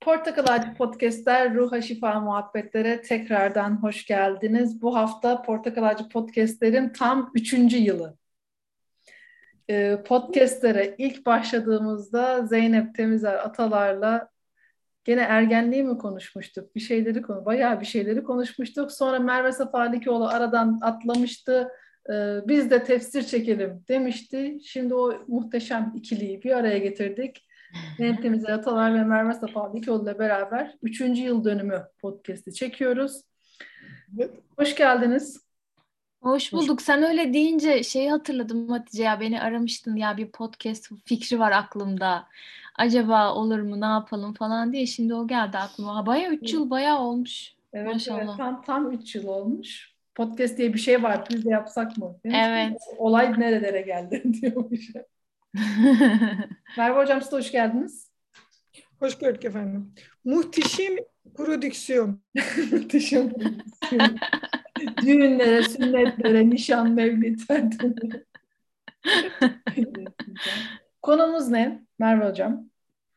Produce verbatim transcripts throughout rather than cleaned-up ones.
Portakal Ağacı Podcast'ler, Ruha Şifa Muhabbetlere tekrardan hoş geldiniz. Bu hafta Portakal Ağacı Podcast'lerin tam üçüncü yılı. Ee, podcast'lere ilk başladığımızda Zeynep Temizer Atalar'la gene ergenliği mi konuşmuştuk? Bir şeyleri konu, bayağı bir şeyleri konuşmuştuk. Sonra Merve Safalikoğlu aradan atlamıştı. Ee, biz de tefsir çekelim demişti. Şimdi o muhteşem ikiliyi bir araya getirdik. Zeynep Temizer Atalar ve Merve Safalikoğlu ile beraber üçüncü yıl dönümü podcast'i çekiyoruz. Hoş geldiniz. Hoş bulduk. Sen öyle deyince şeyi hatırladım Hatice, ya beni aramıştın, ya bir podcast fikri var aklımda. Acaba olur mu, ne yapalım falan diye, şimdi o geldi aklıma. Bayağı üç yıl bayağı olmuş. Evet, evet, Maşallah. tam tam üç yıl olmuş. Podcast diye bir şey var. Biz de yapsak mı? Demiş ki, Evet. olay nerelere geldi diyormuş. Merve Hocam, siz de hoş geldiniz. Hoş gördük efendim. Muhteşem prodüksiyon. Muhteşem prodüksiyon. Düğünlere, sünnetlere, nişan, mevlid. Konumuz ne Merve Hocam?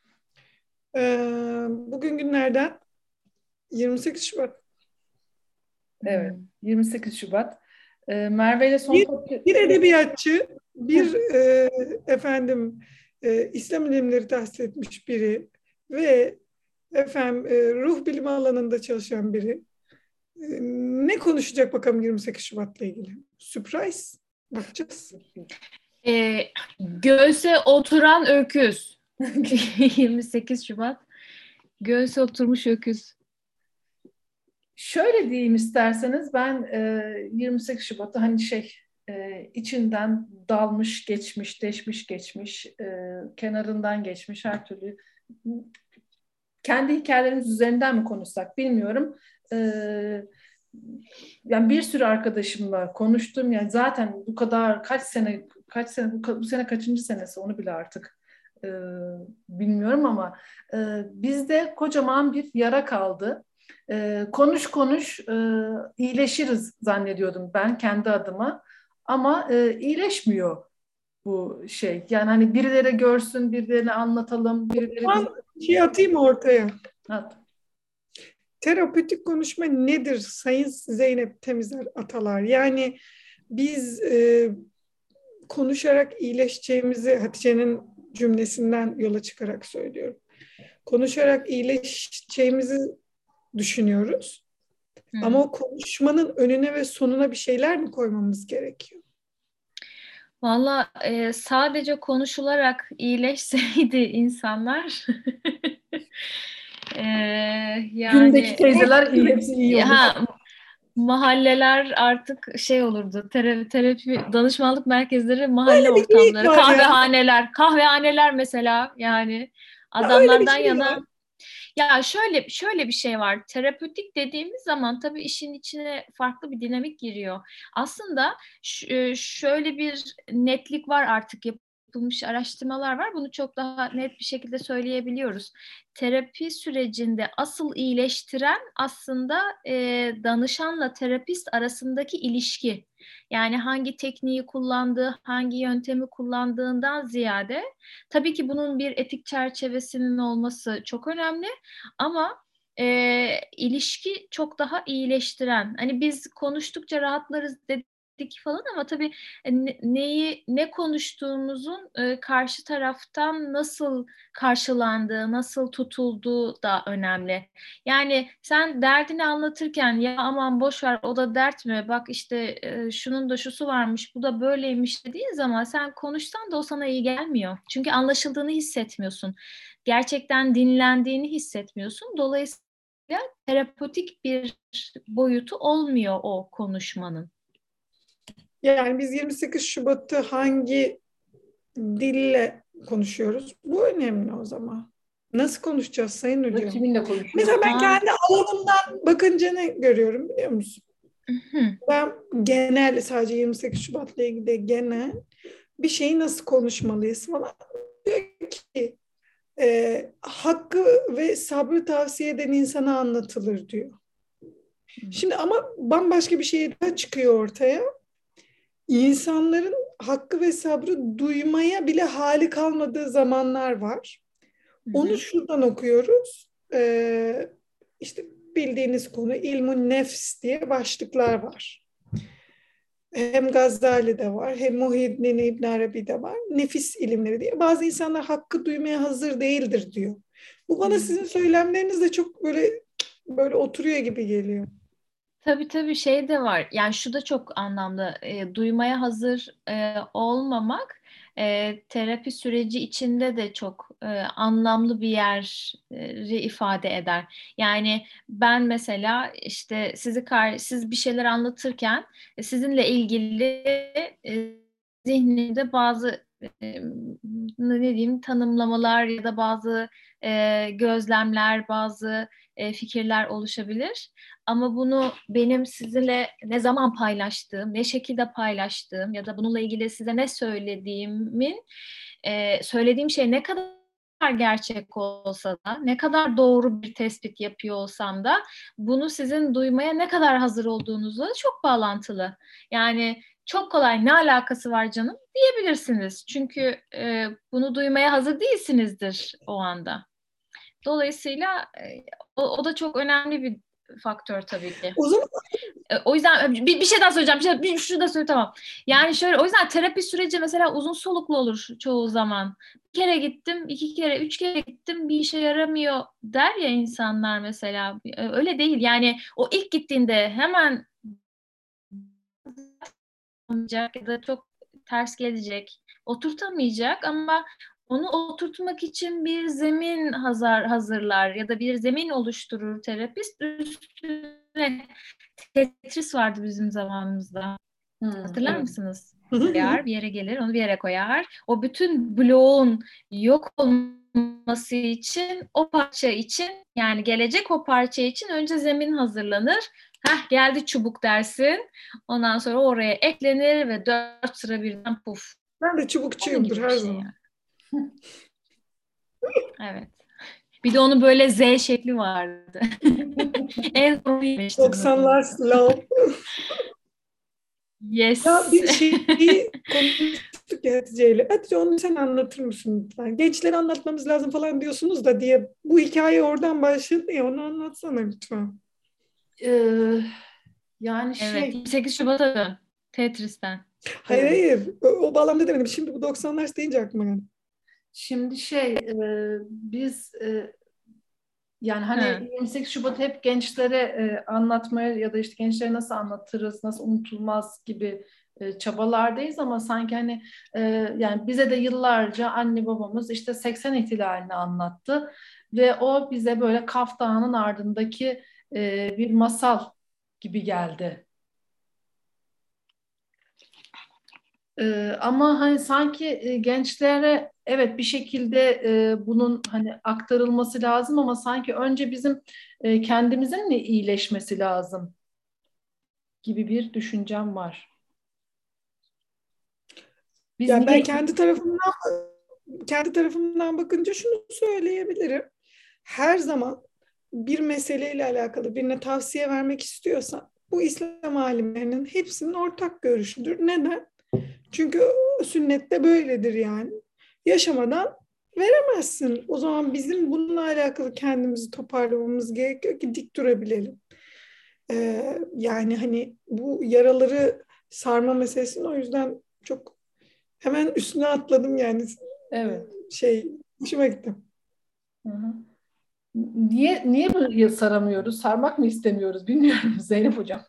Ee, bugün günlerden yirmi sekiz Şubat. Evet, yirmi sekiz Şubat. Ee, Merve ile son... Bir, bir edebiyatçı, bir e, efendim e, İslam ilimleri tahsil etmiş biri ve efendim e, ruh bilimi alanında çalışan biri. E, ne konuşacak bakalım yirmi sekiz Şubat'la ilgili? Surprise. Bakacağız. Ee, göğse oturan öküz. yirmi sekiz Şubat. Göğse oturmuş öküz. Şöyle diyeyim isterseniz, ben e, yirmi sekiz Şubat'ta hani şey e, içinden dalmış geçmiş, deşmiş geçmiş, e, kenarından geçmiş her türlü kendi hikayelerimiz üzerinden mi konuşsak bilmiyorum. E, yani bir sürü arkadaşımla konuştum. Yani zaten bu kadar kaç sene kaç sene bu, bu sene kaçıncı senesi onu bile artık e, bilmiyorum ama e, bizde kocaman bir yara kaldı. Ee, konuş konuş e, iyileşiriz zannediyordum ben kendi adıma. Ama e, iyileşmiyor bu şey. Yani hani birileri görsün, birilerine anlatalım, birileri Ben bize... şey atayım ortaya. At. Terapötik konuşma nedir Sayın Zeynep Temizer Atalar? Yani biz e, konuşarak iyileşeceğimizi Hatice'nin cümlesinden yola çıkarak söylüyorum. Konuşarak iyileşeceğimizi düşünüyoruz. Hmm. Ama o konuşmanın önüne ve sonuna bir şeyler mi koymamız gerekiyor? Valla e, sadece konuşularak iyileşseydi insanlar e, yani Gündeki teyzeler iyi, hepsi iyi olur. ha, mahalleler artık şey olurdu, terapi, terapi danışmanlık merkezleri, mahalle Öyle bir geyik ortamları, var ya. kahvehaneler, kahvehaneler mesela, yani Ya öyle bir adamlardan şey yana. var. Ya şöyle şöyle bir şey var. Terapötik dediğimiz zaman tabii işin içine farklı bir dinamik giriyor. Aslında ş- şöyle bir netlik var, artık yapılmış araştırmalar var. Bunu çok daha net bir şekilde söyleyebiliyoruz. Terapi sürecinde asıl iyileştiren aslında e, danışanla terapist arasındaki ilişki. Yani hangi tekniği kullandığı, hangi yöntemi kullandığından ziyade, tabii ki bunun bir etik çerçevesinin olması çok önemli, ama e, ilişki çok daha iyileştiren. Hani biz konuştukça rahatlarız dedik falan, ama tabii ne, neyi ne konuştuğumuzun e, karşı taraftan nasıl karşılandığı, nasıl tutulduğu da önemli. Yani sen derdini anlatırken, ya aman boş ver, o da dert mi? Bak işte e, şunun da şusu varmış, bu da böyleymiş dediğin zaman, sen konuşsan da o sana iyi gelmiyor. Çünkü anlaşıldığını hissetmiyorsun. Gerçekten dinlendiğini hissetmiyorsun. Dolayısıyla terapötik bir boyutu olmuyor o konuşmanın. Yani biz yirmi sekiz Şubat'ı hangi dille konuşuyoruz? Bu önemli o zaman. Nasıl konuşacağız Sayın Hocam? Kiminle konuşuyoruz? Mesela ben Ha. kendi alanımdan bakınca ne görüyorum biliyor musun? Hı. Ben genel, sadece yirmi sekiz Şubat'la ilgili de genel bir şeyi nasıl konuşmalıyız falan. Diyor ki e, hakkı ve sabrı tavsiye eden insana anlatılır diyor. Şimdi ama bambaşka bir şey daha çıkıyor ortaya. İnsanların hakkı ve sabrı duymaya bile hali kalmadığı zamanlar var. Hı hı. Onu şuradan okuyoruz. e, işte bildiğiniz konu ilmun nefs diye başlıklar var. Hem Gazali'de var, hem Muhyiddin İbn Arabi'de var. Nefis ilimleri diye. Bazı insanlar hakkı duymaya hazır değildir diyor. Bu bana sizin söylemlerinizle çok böyle böyle oturuyor gibi geliyor. Tabii tabii şey de var. Yani şu da çok anlamlı. E, duymaya hazır e, olmamak e, terapi süreci içinde de çok e, anlamlı bir yeri ifade eder. Yani ben mesela işte sizi kar siz bir şeyler anlatırken e, sizinle ilgili e, zihnimde bazı e, ne diyeyim tanımlamalar ya da bazı e, gözlemler, bazı e, fikirler oluşabilir. Ama bunu benim sizinle ne zaman paylaştığım, ne şekilde paylaştığım ya da bununla ilgili size ne söylediğimin, e, söylediğim şey ne kadar gerçek olsa da, ne kadar doğru bir tespit yapıyor olsam da bunu sizin duymaya ne kadar hazır olduğunuzla çok bağlantılı. Yani çok kolay ne alakası var canım diyebilirsiniz. Çünkü e, bunu duymaya hazır değilsinizdir o anda. Dolayısıyla e, o, o da çok önemli bir faktör tabii ki. O zaman E, O yüzden bir, bir şey daha söyleyeceğim. Bir, şey, bir şunu da söyle tamam. Yani şöyle o yüzden terapi süreci mesela uzun soluklu olur çoğu zaman. Bir kere gittim, iki kere, üç kere gittim bir işe yaramıyor der ya insanlar mesela. E, Öyle değil. Yani o ilk gittiğinde hemen olmayacak ya da çok ters gelecek, oturtamayacak ama onu oturtmak için bir zemin hazır, hazırlar ya da bir zemin oluşturur terapist. Üstüne Tetris vardı bizim zamanımızda. Hmm, Hatırlar evet. mısınız? Koyar, bir yere gelir, onu bir yere koyar. O bütün bloğun yok olması için, o parça için yani gelecek o parça için önce zemin hazırlanır. Heh geldi çubuk dersin. Ondan sonra oraya eklenir ve dört sıra birden puf. ben de Onun çubukçuyumdur gibi her bir şey zaman. yani. Evet. Bir de onun böyle Z şekli vardı. En son yemiştim doksanlar mesela. Slav. Ya Yes. bir şeyi konuştuk ya Hatice'yle. Hatice onu sen anlatır mısın lütfen? Gençlere anlatmamız lazım falan diyorsunuz da diye bu hikaye oradan başladı ya onu anlatsana lütfen. Ee, yani Evet. şey, yirmi sekiz Şubat'a dön. Tetris'ten. Hayır evet. hayır o, o bağlamda demedim. Şimdi bu doksanlar deyince aklıma geldi. Şimdi şey, e, biz e, yani hani Ha. yirmi sekiz Şubat hep gençlere e, anlatmaya ya da işte gençlere nasıl anlatırız, nasıl unutulmaz gibi e, çabalardayız ama sanki hani e, yani bize de yıllarca anne babamız işte seksen ihtilalini anlattı ve o bize böyle Kaf Dağı'nın ardındaki e, bir masal gibi geldi. Ee, ama hani sanki e, gençlere evet bir şekilde e, bunun hani aktarılması lazım ama sanki önce bizim e, kendimizin mi iyileşmesi lazım gibi bir düşüncem var. Biz Ya ben niye kendi tarafımdan kendi tarafımdan bakınca şunu söyleyebilirim. Her zaman bir meseleyle alakalı birine tavsiye vermek istiyorsan bu İslam alimlerinin hepsinin ortak görüşüdür. Neden? Çünkü sünnette böyledir yani. Yaşamadan veremezsin. O zaman bizim bununla alakalı kendimizi toparlamamız gerekiyor ki dik durabilelim. Ee, yani hani bu yaraları sarma meselesini o yüzden çok hemen üstüne atladım yani evet. şey hoşuma gitti. Hı hı. Niye niye bunu saramıyoruz? Sarmak mı istemiyoruz? Bilmiyorum Zeynep Hocam.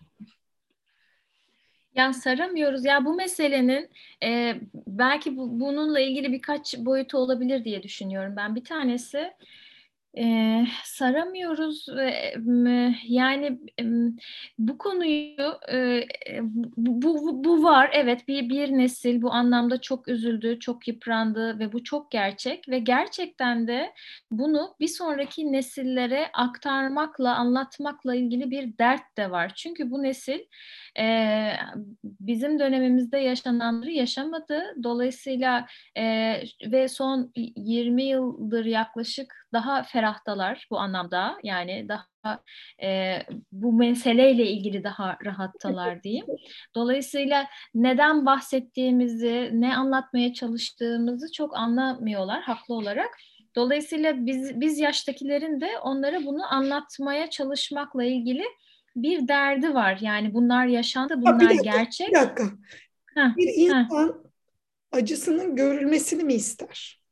Yani saramıyoruz. Ya bu meselenin e, belki bu, bununla ilgili birkaç boyutu olabilir diye düşünüyorum ben. Bir tanesi e, saramıyoruz ve m, yani m, bu konuyu e, bu, bu, bu var. Evet bir, bir nesil bu anlamda çok üzüldü, çok yıprandı ve bu çok gerçek ve gerçekten de bunu bir sonraki nesillere aktarmakla, anlatmakla ilgili bir dert de var. Çünkü bu nesil e, bizim dönemimizde yaşananları yaşamadı. Dolayısıyla e, ve son yirmi yıldır yaklaşık daha ferahtalar bu anlamda. Yani daha e, bu meseleyle ilgili daha rahattalar diyeyim. Dolayısıyla neden bahsettiğimizi, ne anlatmaya çalıştığımızı çok anlamıyorlar haklı olarak. Dolayısıyla biz biz yaştakilerin de onlara bunu anlatmaya çalışmakla ilgili bir derdi var. Yani bunlar yaşandı, Ha, bir bunlar dakika, bir gerçek. dakika. Heh, Bir heh. insan acısının görülmesini mi ister?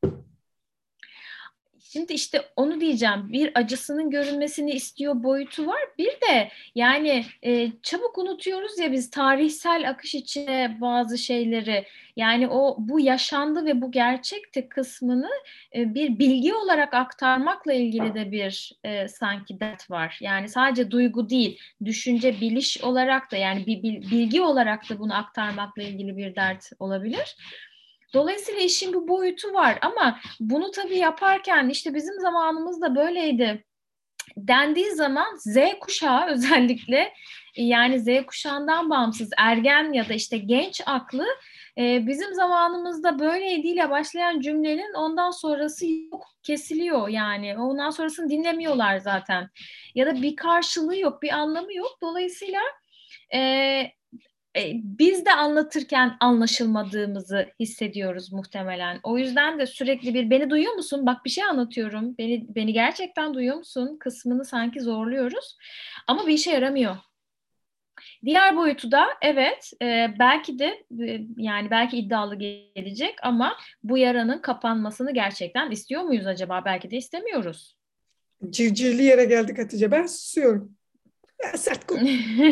Şimdi işte onu diyeceğim. Bir acısının görünmesini istiyor boyutu var. Bir de yani e, çabuk unutuyoruz ya biz tarihsel akış içine bazı şeyleri. Yani o bu yaşandı ve bu gerçekti kısmını e, bir bilgi olarak aktarmakla ilgili de bir e, sanki dert var. Yani sadece duygu değil, düşünce, biliş olarak da yani bir bilgi olarak da bunu aktarmakla ilgili bir dert olabilir. Dolayısıyla işin bu boyutu var ama bunu tabii yaparken işte bizim zamanımızda böyleydi dendiği zaman Z kuşağı özellikle yani Z kuşağından bağımsız ergen ya da işte genç aklı e, bizim zamanımızda böyleydiyle başlayan cümlenin ondan sonrası yok, kesiliyor yani ondan sonrasını dinlemiyorlar zaten ya da bir karşılığı yok, bir anlamı yok. Dolayısıyla e, biz de anlatırken anlaşılmadığımızı hissediyoruz muhtemelen. O yüzden de sürekli bir beni duyuyor musun? Bak bir şey anlatıyorum. Beni beni gerçekten duyuyor musun? Kısmını sanki zorluyoruz. Ama bir işe yaramıyor. Diğer boyutu da evet e, belki de e, yani belki iddialı gelecek ama bu yaranın kapanmasını gerçekten istiyor muyuz acaba? Belki de istemiyoruz. Civcivli yere geldik Hatice. Ben susuyorum. Ben sert konuş.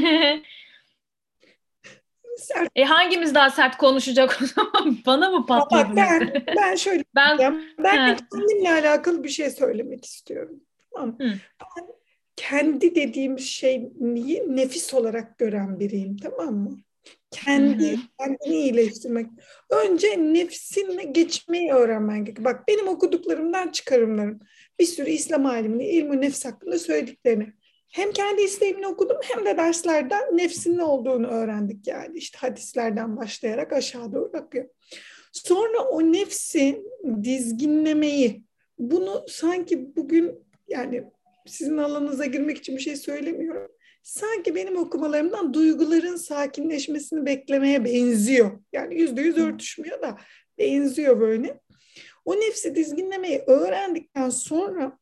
Sert. E hangimiz daha sert konuşacak o zaman? Bana mı Ama bak patladınız? ben ben şöyle Ben diyeceğim. Ben ha, kendimle alakalı bir şey söylemek istiyorum. Tamam mı? hı, Ben kendi dediğim şeyi nefis olarak gören biriyim. Tamam mı? hı hı. Kendi, kendini iyileştirmek. Önce nefsinle geçmeyi öğrenmen gerekiyor. Bak benim okuduklarımdan çıkarımlarım. Bir sürü İslam aliminin ilmi nefs hakkında söylediklerini. Hem kendi isteğimle okudum hem de derslerden nefsin ne olduğunu öğrendik yani. İşte hadislerden başlayarak aşağı doğru akıyor. Sonra o nefsi dizginlemeyi, bunu sanki bugün yani sizin alanınıza girmek için bir şey söylemiyorum. Sanki benim okumalarımdan duyguların sakinleşmesini beklemeye benziyor. Yani yüzde yüz örtüşmüyor da benziyor böyle. O nefsi dizginlemeyi öğrendikten sonra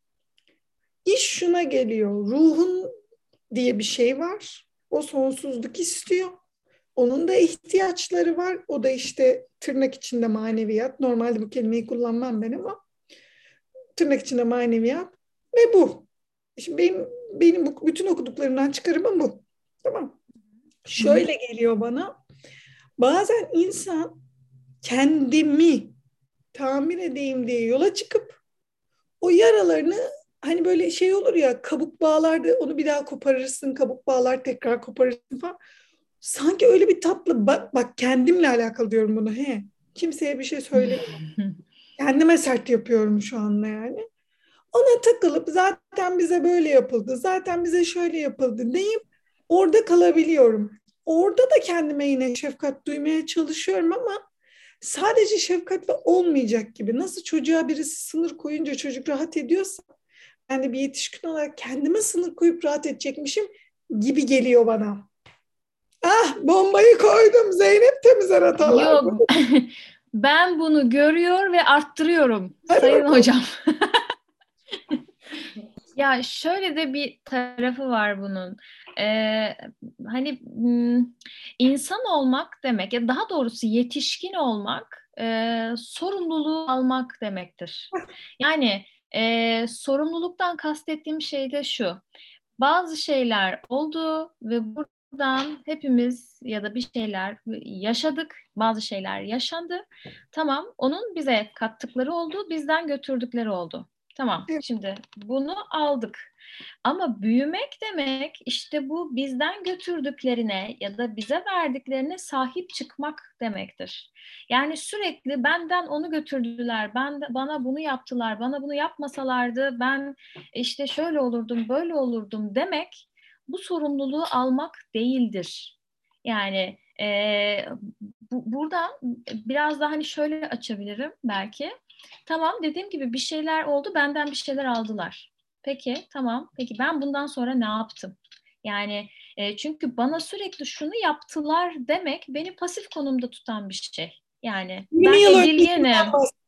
iş şuna geliyor. Ruhun diye bir şey var. O sonsuzluk istiyor. Onun da ihtiyaçları var. O da işte tırnak içinde maneviyat. Normalde bu kelimeyi kullanmam ben ama tırnak içinde maneviyat ve bu. Şimdi benim, benim bu, bütün okuduklarımdan çıkarımım bu. Tamam. Şöyle geliyor bana. Bazen insan kendimi tamir edeyim diye yola çıkıp o yaralarını hani böyle şey olur ya kabuk bağlarda onu bir daha koparırsın kabuk bağlar tekrar koparırsın falan. Sanki öyle bir tatlı bak, bak kendimle alakalı diyorum bunu he. Kimseye bir şey söylemiyorum. Kendime sert yapıyorum şu anda yani. Ona takılıp zaten bize böyle yapıldı, zaten bize şöyle yapıldı deyip orada kalabiliyorum. Orada da kendime yine şefkat duymaya çalışıyorum ama sadece şefkatle olmayacak gibi. Nasıl çocuğa birisi sınır koyunca çocuk rahat ediyorsa ben de bir yetişkin olarak kendime sınır koyup rahat edecekmişim gibi geliyor bana. Ah bombayı koydum Zeynep Temizer Atalar. Yok, ben bunu görüyor ve arttırıyorum Hadi Sayın bakalım. Hocam. Ya şöyle de bir tarafı var bunun. Ee, hani insan olmak demek ya daha doğrusu yetişkin olmak e, sorumluluğu almak demektir. Yani e, sorumluluktan kastettiğim şey de şu. Bazı şeyler oldu ve buradan hepimiz ya da bir şeyler yaşadık, bazı şeyler yaşandı. Tamam, onun bize kattıkları oldu, bizden götürdükleri oldu. Tamam, şimdi bunu aldık. Ama büyümek demek işte bu bizden götürdüklerine ya da bize verdiklerine sahip çıkmak demektir. Yani sürekli benden onu götürdüler, ben de, bana bunu yaptılar, bana bunu yapmasalardı ben işte şöyle olurdum, böyle olurdum demek bu sorumluluğu almak değildir. Yani e, bu, buradan biraz daha hani şöyle açabilirim belki. Tamam dediğim gibi bir şeyler oldu, benden bir şeyler aldılar. Peki tamam, peki ben bundan sonra ne yaptım? Yani e, çünkü bana sürekli şunu yaptılar demek beni pasif konumda tutan bir şey. Yani yirmi ben yıl edilgenim. öncesinden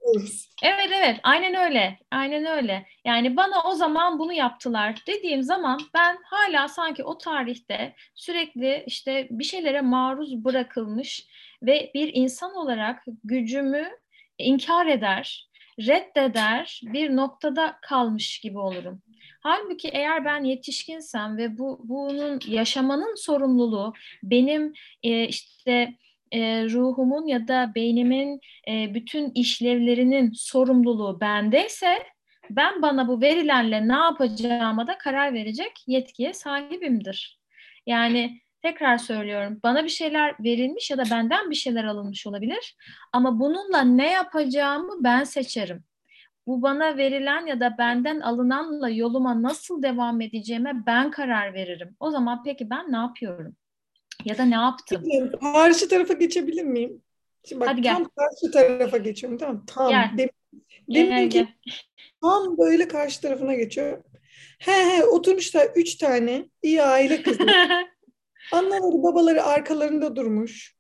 Evet evet aynen öyle. Aynen öyle. Yani bana o zaman bunu yaptılar dediğim zaman ben hala sanki o tarihte sürekli işte bir şeylere maruz bırakılmış ve bir insan olarak gücümü inkar eder, reddeder bir noktada kalmış gibi olurum. Halbuki eğer ben yetişkinsem ve bu bunun yaşamanın sorumluluğu benim e, işte e, ruhumun ya da beynimin e, bütün işlevlerinin sorumluluğu bendeyse ben bana bu verilenle ne yapacağıma da karar verecek yetkiye sahibimdir. Yani tekrar söylüyorum bana bir şeyler verilmiş ya da benden bir şeyler alınmış olabilir ama bununla ne yapacağımı ben seçerim. Bu bana verilen ya da benden alınanla yoluma nasıl devam edeceğime ben karar veririm. O zaman peki ben ne yapıyorum? Ya da ne yaptım? Karşı tarafa geçebilir miyim? Şimdi Hadi bak gel. tam karşı tarafa geçiyorum. Tamam, tam. Gel. Dem Gel deminki gel. tam böyle karşı tarafına geçiyorum. He he oturmuşlar üç tane iyi aile kızı. Anneleri babaları arkalarında durmuş.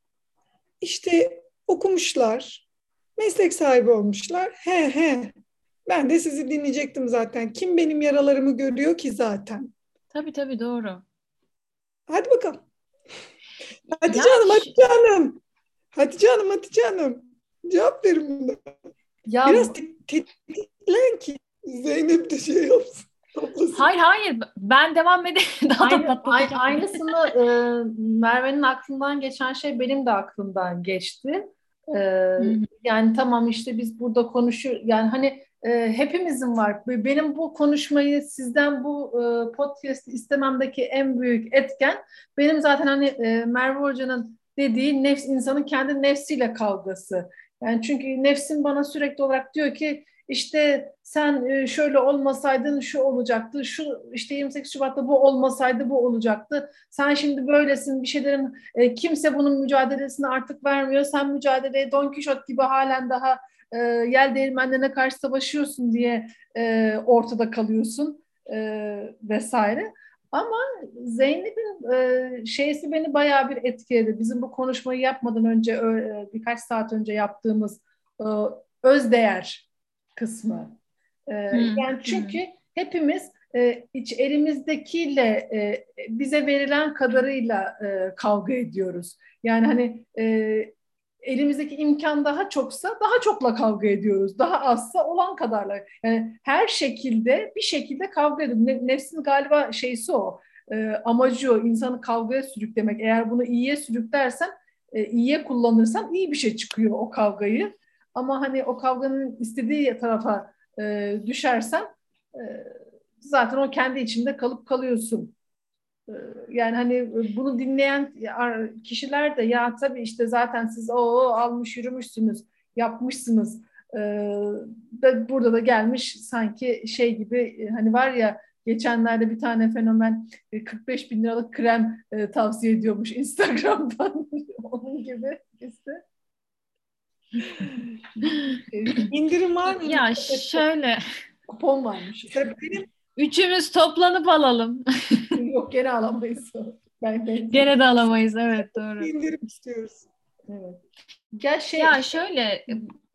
İşte okumuşlar. Meslek sahibi olmuşlar. He he. Ben de sizi dinleyecektim zaten. Kim benim yaralarımı görüyor ki zaten? Tabii tabii doğru. Hadi bakalım. Hatice Yani Hanım, ş- Hatice Hanım. Hatice Hanım, Hatice Hanım. Cevap verin buna. Ya Biraz te- tetiklen ki Zeynep de şey yapsın. Toplasın. hayır hayır ben devam edeyim. Daha da aynı ay- patlatacağım. aynısını e, Merve'nin aklından geçen şey benim de aklımdan geçti. E, Hı hı. Yani tamam işte biz burada konuşuyor yani hani e, hepimizin var. Benim bu konuşmayı sizden bu e, podcast istememdeki en büyük etken benim zaten hani e, Merve Hoca'nın dediği nefs insanın kendi nefsiyle kavgası. Yani çünkü nefsim bana sürekli olarak diyor ki işte sen e, şöyle olmasaydın şu olacaktı, şu işte yirmi sekiz Şubat'ta bu olmasaydı bu olacaktı. Sen şimdi böylesin bir şeylerin e, kimse bunun mücadelesini artık vermiyor. Sen mücadeleye Don Kişot gibi halen daha e, yel değirmenlerine karşı savaşıyorsun diye e, ortada kalıyorsun e, vesaire. Ama Zeynep'in e, şeysi beni bayağı bir etkiledi. Bizim bu konuşmayı yapmadan önce e, birkaç saat önce yaptığımız e, özdeğer kısmı. Ee, Hı yani hı. çünkü hepimiz e, iç elimizdekiyle e, bize verilen kadarıyla e, kavga ediyoruz. Yani hani e, elimizdeki imkan daha çoksa daha çokla kavga ediyoruz. Daha azsa olan kadarla. Yani her şekilde bir şekilde kavga ediyoruz. Ne- Nefsin galiba şeysi o. E, amacı o. İnsanı kavgaya sürüklemek. Eğer bunu iyiye sürüklersen, e, iyiye kullanırsan iyi bir şey çıkıyor o kavgayı. Ama hani o kavganın istediği tarafa e, düşersen e, zaten o kendi içinde kalıp kalıyorsun. E, Yani hani bunu dinleyen kişiler de ya tabii işte zaten siz o almış yürümüşsünüz, yapmışsınız. E, da burada da gelmiş sanki şey gibi e, hani var ya geçenlerde bir tane fenomen e, kırk beş bin liralık krem e, tavsiye ediyormuş Instagram'dan. Onun gibi işte. E, İndirim var mı? Ya şöyle Kupon varmış. Benim üçümüz toplanıp alalım. Yok gene alamayız. Ben benzin. Gene de alamayız evet doğru. indirim istiyoruz. Evet. Gel şey Ya şöyle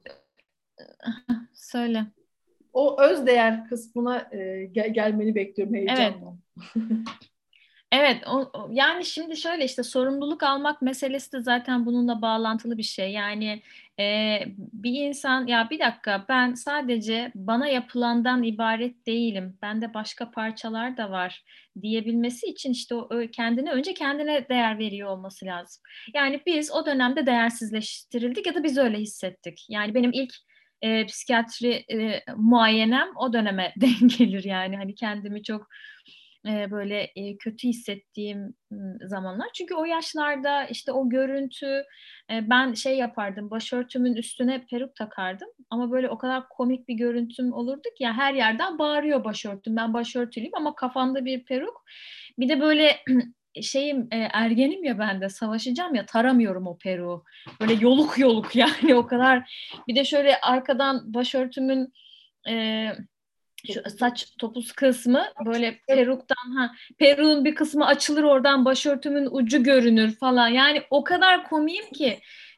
söyle. o öz değer kısmına e, gel- gelmeni bekliyorum Evet. heyecanla. Evet, o, o- yani şimdi şöyle işte sorumluluk almak meselesi de zaten bununla bağlantılı bir şey. Yani e, bir insan ya bir dakika ben sadece bana yapılandan ibaret değilim. Bende başka parçalar da var diyebilmesi için işte o ö- kendine önce kendine değer veriyor olması lazım. Yani biz o dönemde değersizleştirildik ya da biz öyle hissettik. Yani benim ilk e, psikiyatri e, muayenem o döneme denk gelir yani hani kendimi çok e, böyle e, kötü hissettiğim m, zamanlar. Çünkü o yaşlarda işte o görüntü e, ben şey yapardım başörtümün üstüne peruk takardım ama böyle o kadar komik bir görüntüm olurdu ki ya her yerden bağırıyor başörtüm. Ben başörtülüyüm ama kafamda bir peruk. Bir de böyle şeyim e, ergenim ya ben de savaşacağım ya taramıyorum o peruğu. Böyle yoluk yoluk yani o kadar. Bir de şöyle arkadan başörtümün e, şu saç topuz kısmı böyle peruktan ha peruğun bir kısmı açılır oradan başörtümün ucu görünür falan. Yani o kadar komiyim ki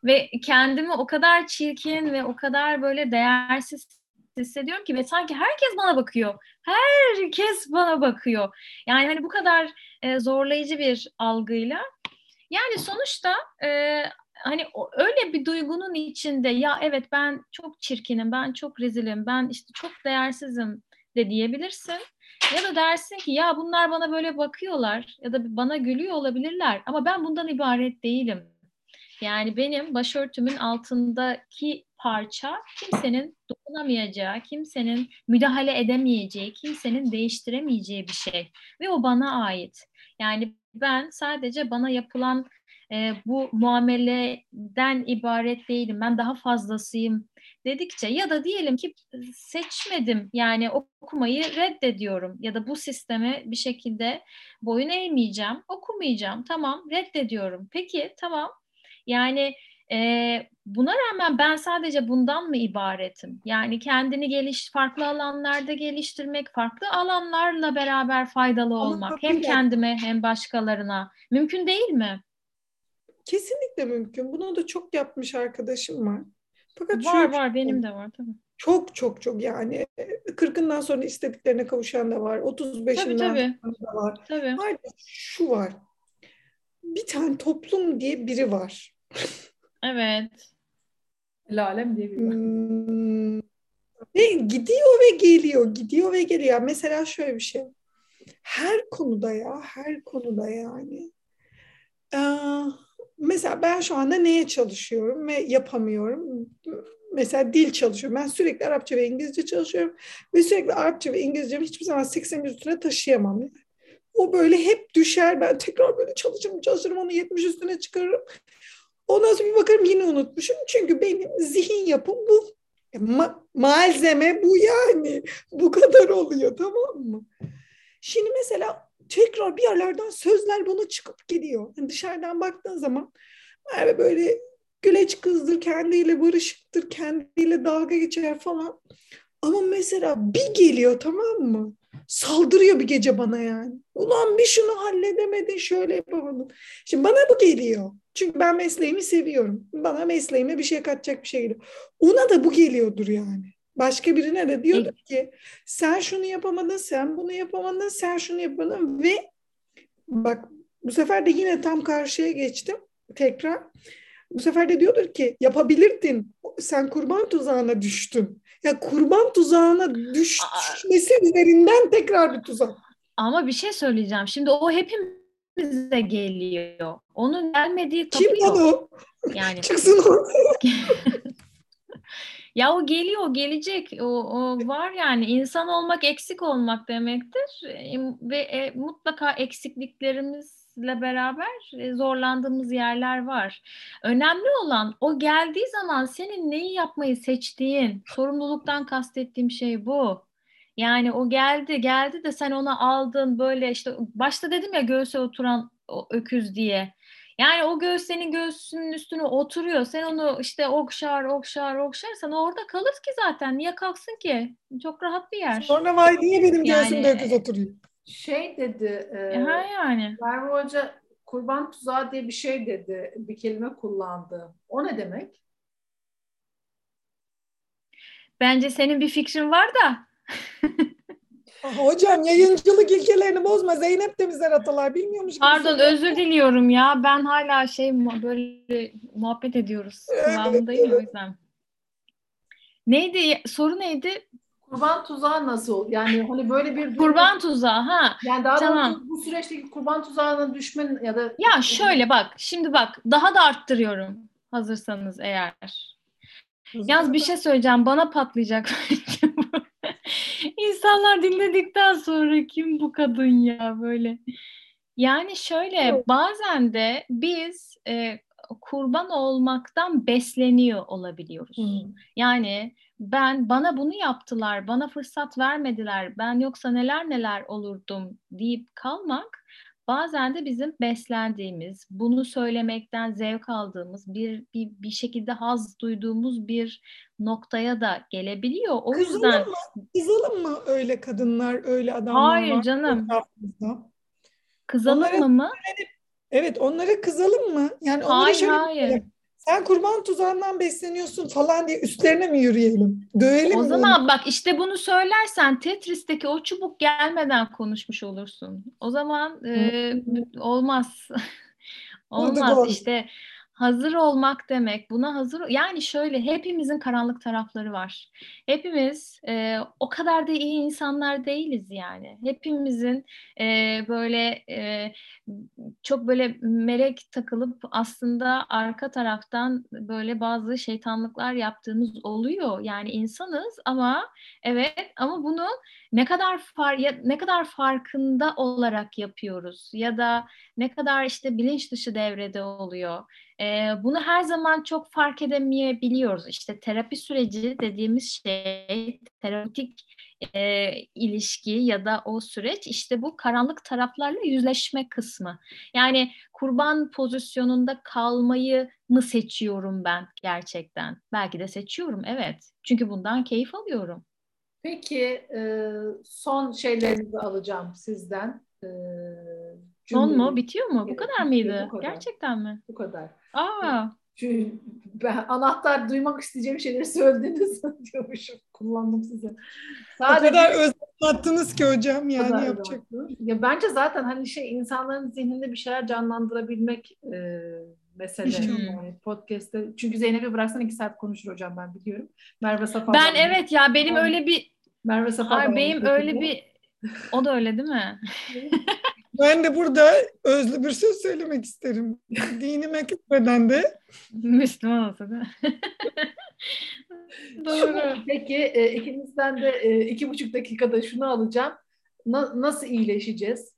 Ve kendimi o kadar çirkin ve o kadar böyle değersiz hissediyorum ki ve sanki herkes bana bakıyor. Herkes bana bakıyor. Yani hani bu kadar e, zorlayıcı bir algıyla. Yani sonuçta e, hani o, öyle bir duygunun içinde ya evet ben çok çirkinim, ben çok rezilim, ben işte çok değersizim de diyebilirsin. Ya da dersin ki ya bunlar bana böyle bakıyorlar ya da bana gülüyor olabilirler ama ben bundan ibaret değilim. Yani benim başörtümün altındaki parça kimsenin dokunamayacağı, kimsenin müdahale edemeyeceği, kimsenin değiştiremeyeceği bir şey. Ve o bana ait. Yani ben sadece bana yapılan e, bu muameleden ibaret değilim. Ben daha fazlasıyım dedikçe ya da diyelim ki seçmedim yani okumayı reddediyorum ya da bu sisteme bir şekilde boyun eğmeyeceğim, okumayacağım. Tamam, reddediyorum. Peki, tamam. Yani e, buna rağmen ben sadece bundan mı ibaretim? Yani kendini geliş, farklı alanlarda geliştirmek, farklı alanlarla beraber faydalı Ama olmak hem bir dakika, kendime hem başkalarına mümkün değil mi? kesinlikle mümkün. Bunu da çok yapmış arkadaşım var. Fakat Var şöyle bir şey var var. benim de var tabii. Çok çok çok yani kırkından sonra istediklerine kavuşan da var. Tabii otuz beşinden tabii. sonra da var. Tabii. Hayır, şu var. Bir tane toplum diye biri var. Evet. El alem diye biri var. Hmm, ve gidiyor ve geliyor, gidiyor ve geliyor. Mesela şöyle bir şey. Her konuda ya, her konuda yani. Ee, mesela ben şu anda neye çalışıyorum ve yapamıyorum? Mesela dil çalışıyorum. Ben sürekli Arapça ve İngilizce çalışıyorum. Ve sürekli Arapça ve İngilizcemi hiçbir zaman seksenin üstüne taşıyamam. Yani. O böyle hep düşer. Ben tekrar böyle çalışırım, çalışırım. Onu yetmiş üstüne çıkarırım. Ondan sonra bir bakarım yine unutmuşum. Çünkü benim zihin yapım bu. Ma- malzeme bu yani. Bu kadar oluyor, tamam mı? Şimdi mesela tekrar bir yerlerden sözler bana çıkıp geliyor. Yani dışarıdan baktığın zaman Merve böyle güleç kızdır, kendiyle barışıktır, kendiyle dalga geçer falan. Ama mesela bir geliyor, tamam mı? Saldırıyor bir gece bana yani. Ulan bir şunu halledemedin, şöyle yapamadın. Şimdi bana bu geliyor. Çünkü ben mesleğimi seviyorum. Bana mesleğime bir şey katacak bir şey geliyor. Ona da bu geliyordur yani. Başka birine de diyordur E, ki sen şunu yapamadın, sen bunu yapamadın, sen şunu yapamadın ve bak bu sefer de yine tam karşıya geçtim tekrar. Bu sefer de diyordur ki yapabilirdin. Sen kurban tuzağına düştün. Ya kurban tuzağına a- düşmesi üzerinden tekrar bir tuzak. ama bir şey söyleyeceğim. Şimdi o hepimize geliyor. Onun gelmediği Kim kapı lan yok. o? Yani Çıksın ortaya. ya o geliyor, o gelecek. O, o var yani. İnsan olmak eksik olmak demektir. E, ve e, mutlaka eksikliklerimizle beraber e, zorlandığımız yerler var. Önemli olan o geldiği zaman senin neyi yapmayı seçtiğin, sorumluluktan kastettiğim şey bu. Yani o geldi, geldi de sen onu aldın böyle işte başta dedim ya göğse oturan o öküz diye. Yani o göğüs senin göğsünün üstüne oturuyor. Sen onu işte okşar, okşar, okşarsan orada kalır ki zaten. Niye kalksın ki? Çok rahat bir yer. Sonra vay niye benim Yani göğsümde öküz oturuyor? Şey dedi, e, e, ha yani. Merve Hoca kurban tuzağı diye bir şey dedi, bir kelime kullandı. O ne demek? Bence senin bir fikrin var da. Ah, hocam yayıncılık ilkelerini bozma. Zeynep de bizler atalar. Bilmiyormuş gibi Pardon söylüyor. özür diliyorum ya. Ben hala şey mu- böyle muhabbet ediyoruz Evet, kıvamındayım ya o evet. yüzden. Neydi? Soru neydi? Kurban tuzağı nasıl? Yani hani böyle bir durum, Kurban tuzağı. Ha, yani daha tamam. doğrusu bu süreçteki kurban tuzağına düşmen ya da Ya şöyle bak. Şimdi bak. Daha da arttırıyorum. Hazırsanız eğer. Yalnız bir şey söyleyeceğim. Bana patlayacak. İnsanlar dinledikten sonra kim bu kadın ya böyle. Yani şöyle bazen de biz e, kurban olmaktan besleniyor olabiliyoruz. Hmm. Yani ben bana bunu yaptılar, bana fırsat vermediler, ben yoksa neler neler olurdum deyip kalmak bazen de bizim beslendiğimiz, bunu söylemekten zevk aldığımız, bir bir, bir şekilde haz duyduğumuz bir noktaya da gelebiliyor. O yüzden Kızalım mı? Kızalım mı öyle kadınlar, öyle adamlar hayır var canım, etrafımızda? kızalım Onlara mı mı? evet, onlara kızalım mı? Yani onlara Hayır şöyle hayır. diyelim. sen kurban tuzağından besleniyorsun falan diye üstlerine mi yürüyelim? Dövelim O mi zaman onu? bak işte bunu söylersen Tetris'teki o çubuk gelmeden konuşmuş olursun. O zaman e, olmaz. Vurdu Olmaz gol. işte hazır olmak demek. Buna hazır yani şöyle hepimizin karanlık tarafları var. Hepimiz e, o kadar da iyi insanlar değiliz yani. Hepimizin e, böyle e, çok böyle melek takılıp aslında arka taraftan böyle bazı şeytanlıklar yaptığımız oluyor. Yani insanız ama evet ama bunu ne kadar far ya, ne kadar farkında olarak yapıyoruz ya da ne kadar işte bilinç dışı devrede oluyor. Ee, bunu her zaman çok fark edemeyebiliyoruz. İşte terapi süreci dediğimiz şey, terapötik e, ilişki ya da o süreç işte bu karanlık taraflarla yüzleşme kısmı. Yani kurban pozisyonunda kalmayı mı seçiyorum ben gerçekten? Belki de seçiyorum, evet. Çünkü bundan keyif alıyorum. Peki e, son şeylerinizi alacağım sizden. E, Son mu? cümleyi. Bitiyor mu? Bu Evet, kadar bitiyor. Bu mıydı? kadar. Gerçekten mi? Bu kadar. Aa, Çünkü ben anahtar duymak isteyeceğim şeyleri söylediniz diyormuşum. Kullandım size. O kadar Sadece öz anlattınız ki hocam, bu yani kadar yapacak. rahatlığı. Ya bence zaten hani şey insanların zihninde bir şeyler canlandırabilmek e, mesele. İnşallah. hmm. Yani podcast'te. Çünkü Zeynep'i bıraksan iki saat konuşur hocam ben biliyorum. Merve Safa da Ben aynı. evet ya benim öyle bir Merve Safa da hayır aynı benim öyle şekilde. bir o da öyle değil mi? Ben de burada özlü bir söz söylemek isterim. Dinime küfreden de Müslüman olsa değil mi? Doğru. Peki e, ikinizden de e, iki buçuk dakikada şunu alacağım. Na- nasıl iyileşeceğiz?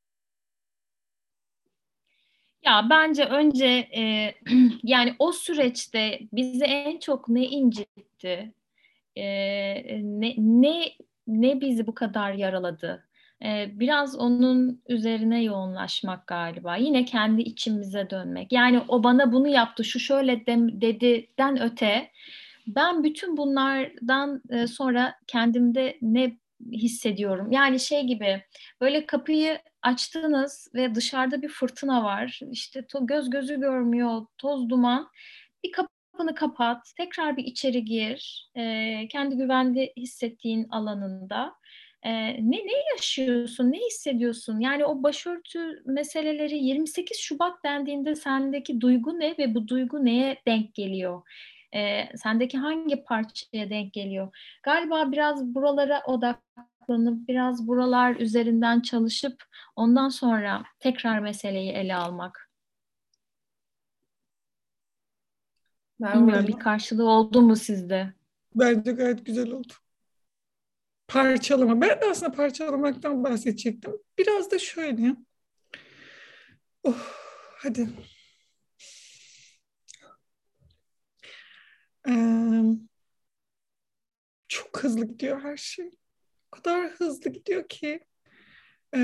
Ya bence önce e, yani o süreçte bizi en çok ne incitti? E, ne ne ne bizi bu kadar yaraladı? E, biraz onun üzerine yoğunlaşmak galiba. Yine kendi içimize dönmek. Yani o bana bunu yaptı, şu şöyle dem, dediden öte. Ben bütün bunlardan e, sonra kendimde ne hissediyorum? Yani şey gibi böyle kapıyı açtınız ve dışarıda bir fırtına var. İşte to, göz gözü görmüyor, toz duman. Bir kapını kapat, tekrar bir içeri gir. E, kendi güvende hissettiğin alanında. E, ne ne yaşıyorsun, ne hissediyorsun? Yani o başörtü meseleleri yirmi sekiz Şubat dendiğinde sendeki duygu ne ve bu duygu neye denk geliyor? E, sendeki hangi parçaya denk geliyor? Galiba biraz buralara odaklanıp biraz buralar üzerinden çalışıp ondan sonra tekrar meseleyi ele almak. Merve Bilmiyorum bir Hocam. karşılığı oldu mu sizde? bence gayet güzel oldu. Parçalama. Ben de aslında parçalamaktan bahsedecektim. Biraz da şöyle. Oh, hadi. Ee, çok hızlı gidiyor her şey. O kadar hızlı gidiyor ki ee,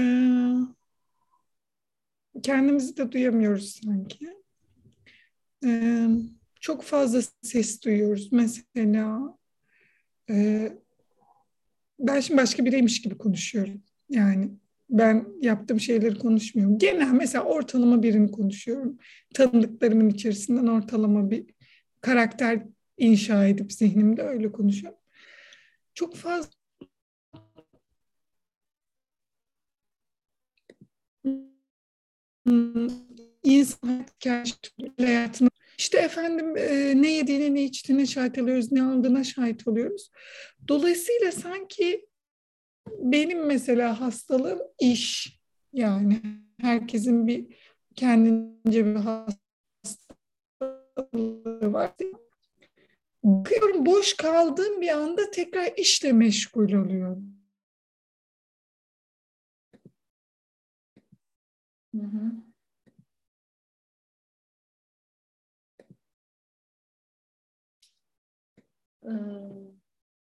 kendimizi de duyamıyoruz sanki. Ee, çok fazla ses duyuyoruz. Mesela ee, ben şimdi başka biriymiş gibi konuşuyorum. Yani ben yaptığım şeyleri konuşmuyorum. Genel mesela ortalama birini konuşuyorum. Tanıdıklarımın içerisinden ortalama bir karakter inşa edip zihnimde öyle konuşuyorum. Çok fazla hmm, insan hayatını işte efendim e, ne yediğine ne içtiğine şahit oluyoruz, ne aldığına şahit oluyoruz. Dolayısıyla sanki benim mesela hastalığım iş. Yani herkesin bir kendince bir hastalığı var. Bakıyorum boş kaldığım bir anda tekrar işle meşgul oluyorum. Hı hı. Ee,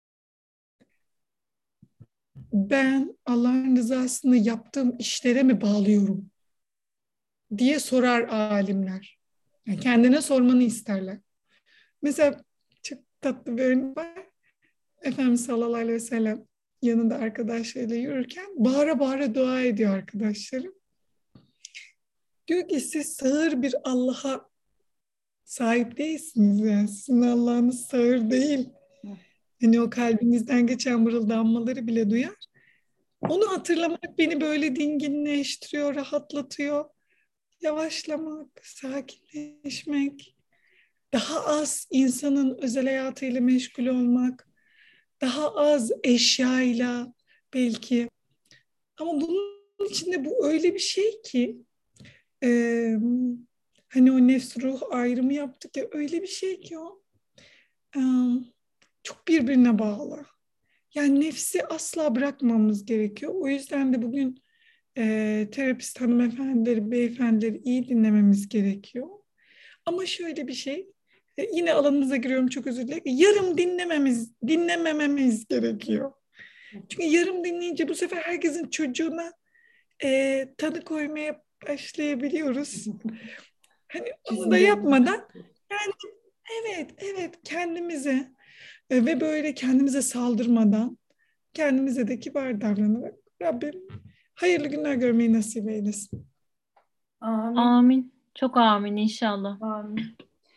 Ben Allah'ın rızasını yaptığım işlere mi bağlıyorum diye sorar alimler. Yani kendine sormanı isterler. Mesela çok tatlı bir örnek var. Efendimiz sallallahu aleyhi ve sellem yanında arkadaşlarıyla yürürken bağıra bağıra dua ediyor arkadaşlarım. Diyor ki siz sağır bir Allah'a sahip değilsiniz yani. Sizin Allah'ınız sağır değil. Hani o kalbinizden geçen mırıldanmaları bile duyar. Onu hatırlamak beni böyle dinginleştiriyor, rahatlatıyor. Yavaşlamak, sakinleşmek, daha az insanın özel hayatıyla meşgul olmak, daha az eşyayla belki. Ama bunun içinde bu öyle bir şey ki e, hani o nefs ruh ayrımı yaptık ya, öyle bir şey ki o e, çok birbirine bağlı. Yani nefsi asla bırakmamamız gerekiyor. O yüzden de bugün e, terapist hanımefendileri, beyefendileri iyi dinlememiz gerekiyor. Ama şöyle bir şey, e, yine alanınıza giriyorum, çok özür dilerim. Yarım dinlememiz, dinlemememiz gerekiyor. Çünkü yarım dinleyince bu sefer herkesin çocuğuna e, tanı koymaya başlayabiliyoruz. Hani onu da yapmadan yani evet, evet kendimize e, ve böyle kendimize saldırmadan kendimize de kibar davranarak Rabbim hayırlı günler görmeyi nasip eylesin. Amin. Amin. Çok amin inşallah. Amin.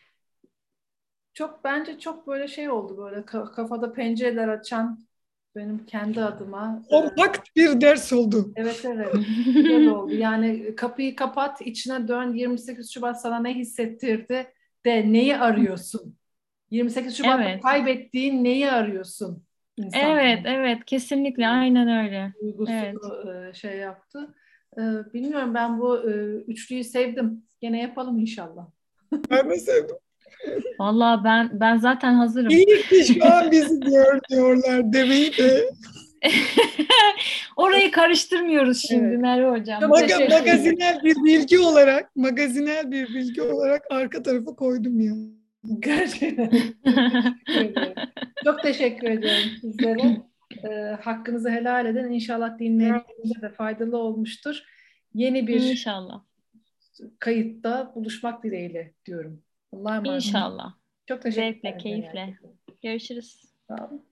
Çok bence çok böyle şey oldu, böyle ka- kafada pencereler açan, benim kendi adıma. e, Kompakt bir ders oldu. Evet, evet, güzel oldu. Yani kapıyı kapat, içine dön. yirmi sekiz Şubat sana ne hissettirdi de neyi arıyorsun? yirmi sekiz Şubat'ta Evet. kaybettiğin neyi arıyorsun insan? Evet, evet. Kesinlikle aynen öyle. Evet. Duygusunu e, şey yaptı. E, Bilmiyorum, ben bu e, üçlüyü sevdim. Gene yapalım inşallah. Ben de sevdim. Vallahi ben ben zaten hazırım. İyi ki şu an bizi diyor diyorlar demeyi de. Orayı karıştırmıyoruz şimdi Evet. Merve Hocam. Çok Maga, teşekkür ederim. magazinel bir bilgi olarak, magazinel bir bilgi olarak arka tarafa koydum ya. Gerçekten. Teşekkür ederim. Çok teşekkür ediyorum sizlere. E, hakkınızı helal edin. İnşallah dinleyicilerimize de faydalı olmuştur. Yeni bir İnşallah. kayıtta buluşmak dileğiyle diyorum. Allah'a emanet olun. İnşallah. Çok teşekkür Zevkle, ederim. keyifle. Görüşürüz. Sağ olun.